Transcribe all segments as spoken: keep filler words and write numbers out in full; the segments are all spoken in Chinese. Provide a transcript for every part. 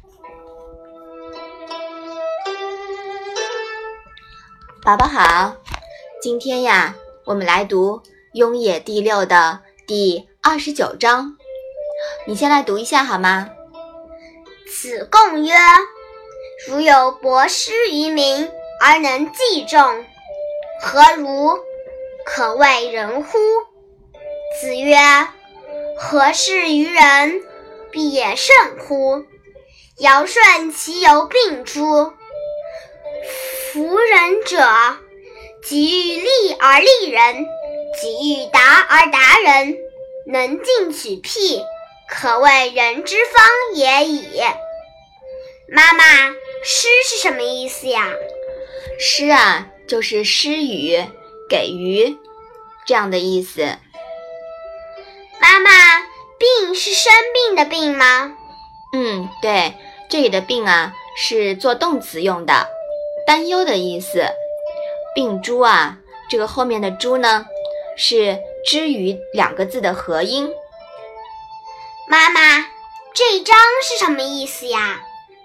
宝宝好，今天呀，我们来读《雍也》第六的第二十九章，你先来读一下好吗？ 子贡曰：如有博施于民而能济众，何如？可谓仁乎？子曰：何事于人，必也甚乎？尧舜其犹病诸？夫仁者，即欲利而利人，即欲达而达人，能进取辟，可谓仁之方也已。妈妈，施是什么意思呀？ 施啊，就是施予、给予这样的意思。 妈妈，病是生病的病吗？ 嗯，对，这里的病啊是做动词用的，担忧的意思。病诸啊，这个后面的诸呢是之于两个字的合音。 妈妈，这一章是什么意思呀？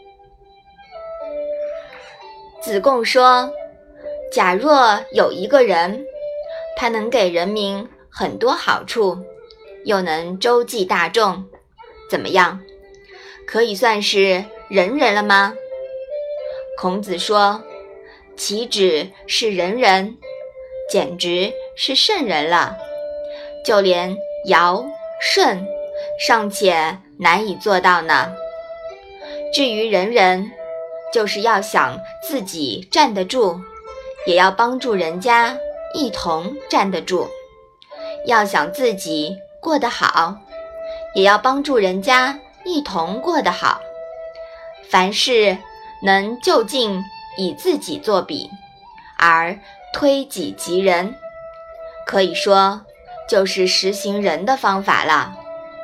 子贡说，假若有一个人，他能给人民很多好处，又能周济大众，怎么样？可以算是仁人了吗？孔子说，岂止是仁人，简直是圣人了。就连尧、舜尚且难以做到呢。至于仁人，就是要想自己站得住，也要帮助人家一同站得住；要想自己过得好，也要帮助人家一同过得好。凡事能就近以自己作比，而推己及人，可以说就是实行仁的方法了。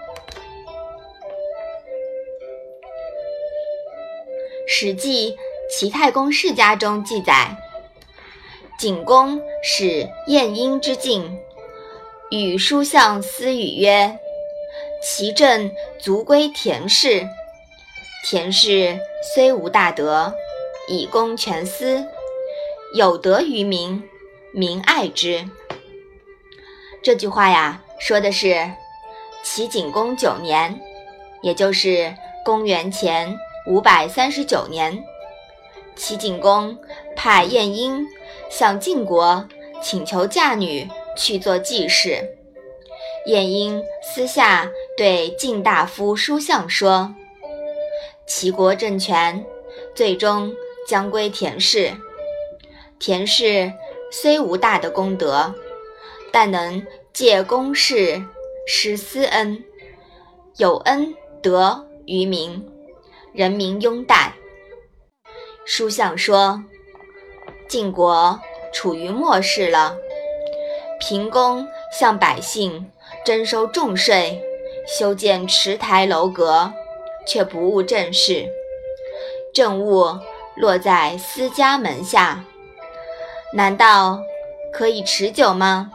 史记齐太公世家中记载，景公使晏婴之境，与书相私语曰：其政足归田氏。田氏虽无大德，以公全私，有德于民，民爱之。这句话呀，说的是齐景公九年，也就是公元前五百三十九年，齐景公派晏婴向晋国请求嫁女去做季氏。晏婴私下对晋大夫书相说，齐国政权最终将归田氏。田氏虽无大的功德，但能借公事施私恩，有恩德于民，人民拥戴。书相说，晋国处于末世了，平公向百姓征收重税，修建池台楼阁，却不务正事，政务落在私家门下，难道可以持久吗？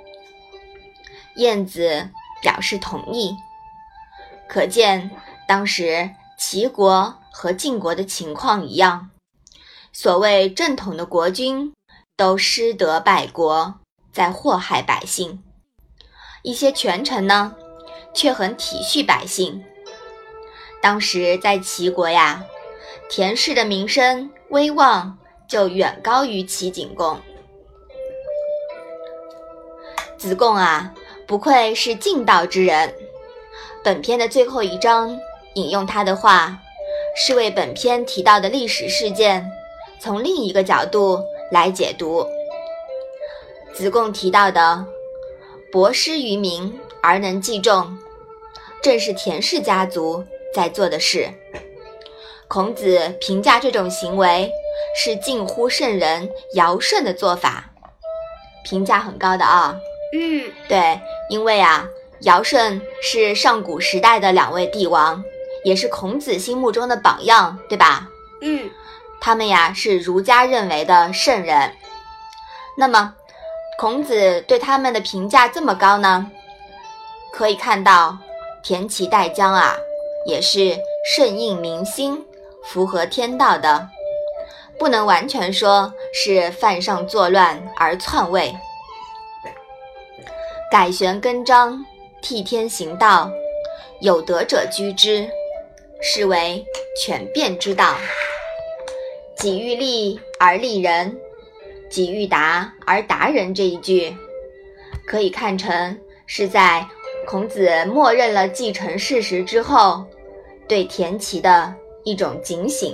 晏子表示同意。可见当时齐国和晋国的情况一样，所谓正统的国君都失德败国，在祸害百姓。一些权臣呢，却很体恤百姓。当时在齐国呀，田氏的名声威望就远高于齐景公。子贡啊，不愧是晋道之人。本篇的最后一章引用他的话，是为本篇提到的历史事件从另一个角度来解读。子贡提到的博施于民而能济众，正是田氏家族在做的事。孔子评价这种行为是近乎圣人尧舜的做法，评价很高的啊。 嗯， 对，因为啊，尧舜是上古时代的两位帝王，也是孔子心目中的榜样，对吧？ 嗯， 他们呀是儒家认为的圣人。那么孔子对他们的评价这么高呢？可以看到田齐代姜啊，也是顺应民心，符合天道的，不能完全说是犯上作乱而篡位。改弦更张，替天行道，有德者居之，是为权变之道。己欲立而立人，己欲达而达人，这一句可以看成是在孔子默认了继承事实之后，对田齐的一种警醒。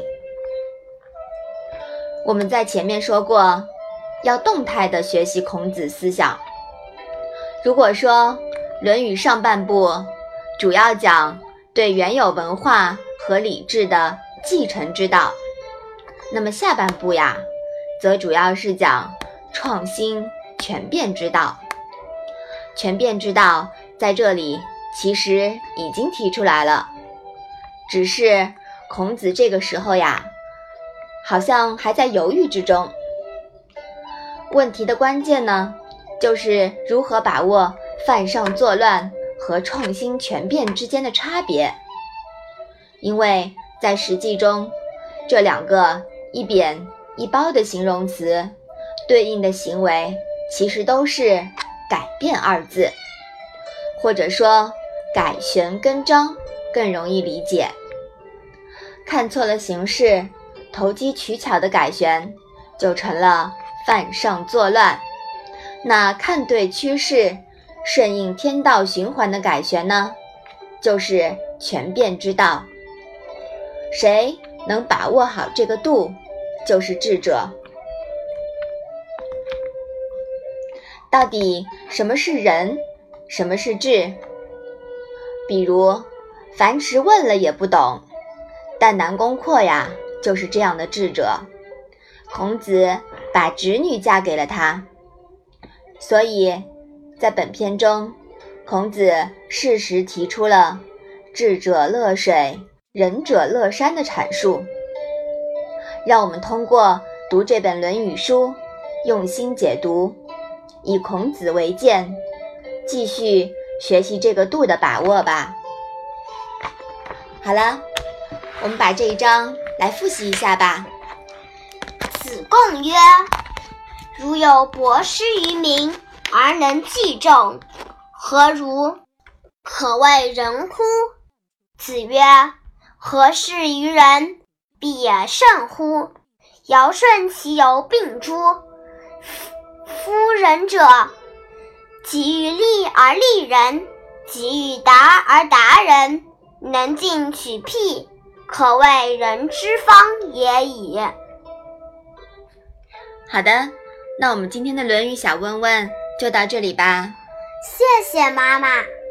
我们在前面说过，要动态地学习孔子思想。如果说《论语》上半部主要讲对原有文化和礼制的继承之道，那么下半部呀，则主要是讲创新权变之道。权变之道在这里其实已经提出来了，只是孔子这个时候呀，好像还在犹豫之中。问题的关键呢，就是如何把握犯上作乱和创新权变之间的差别。因为在实际中，这两个一贬一褒的形容词对应的行为其实都是改变二字，或者说改弦更张更容易理解。看错了形式，投机取巧的改弦就成了犯上作乱，那看对趋势，顺应天道循环的改弦呢，就是权变之道。谁能把握好这个度，就是智者。到底什么是仁，什么是智？比如樊迟问了也不懂，但南宫阔呀就是这样的智者，孔子把侄女嫁给了他。所以在本篇中，孔子适时提出了智者乐水，仁者乐山的阐述，让我们通过读这本《论语》书，用心解读，以孔子为鉴，继续学习这个度的把握吧。好了，我们把这一章来复习一下吧。 子贡曰：如有博施于民而能济众，何如？可谓仁乎？子曰：何事于人，必也甚乎？尧舜其犹病诸？夫仁者，己欲立而立人，己欲达而达人，能进取辟，可谓人之方也已。 好的，那我们今天的《论语》小问问就到这里吧。 谢谢妈妈。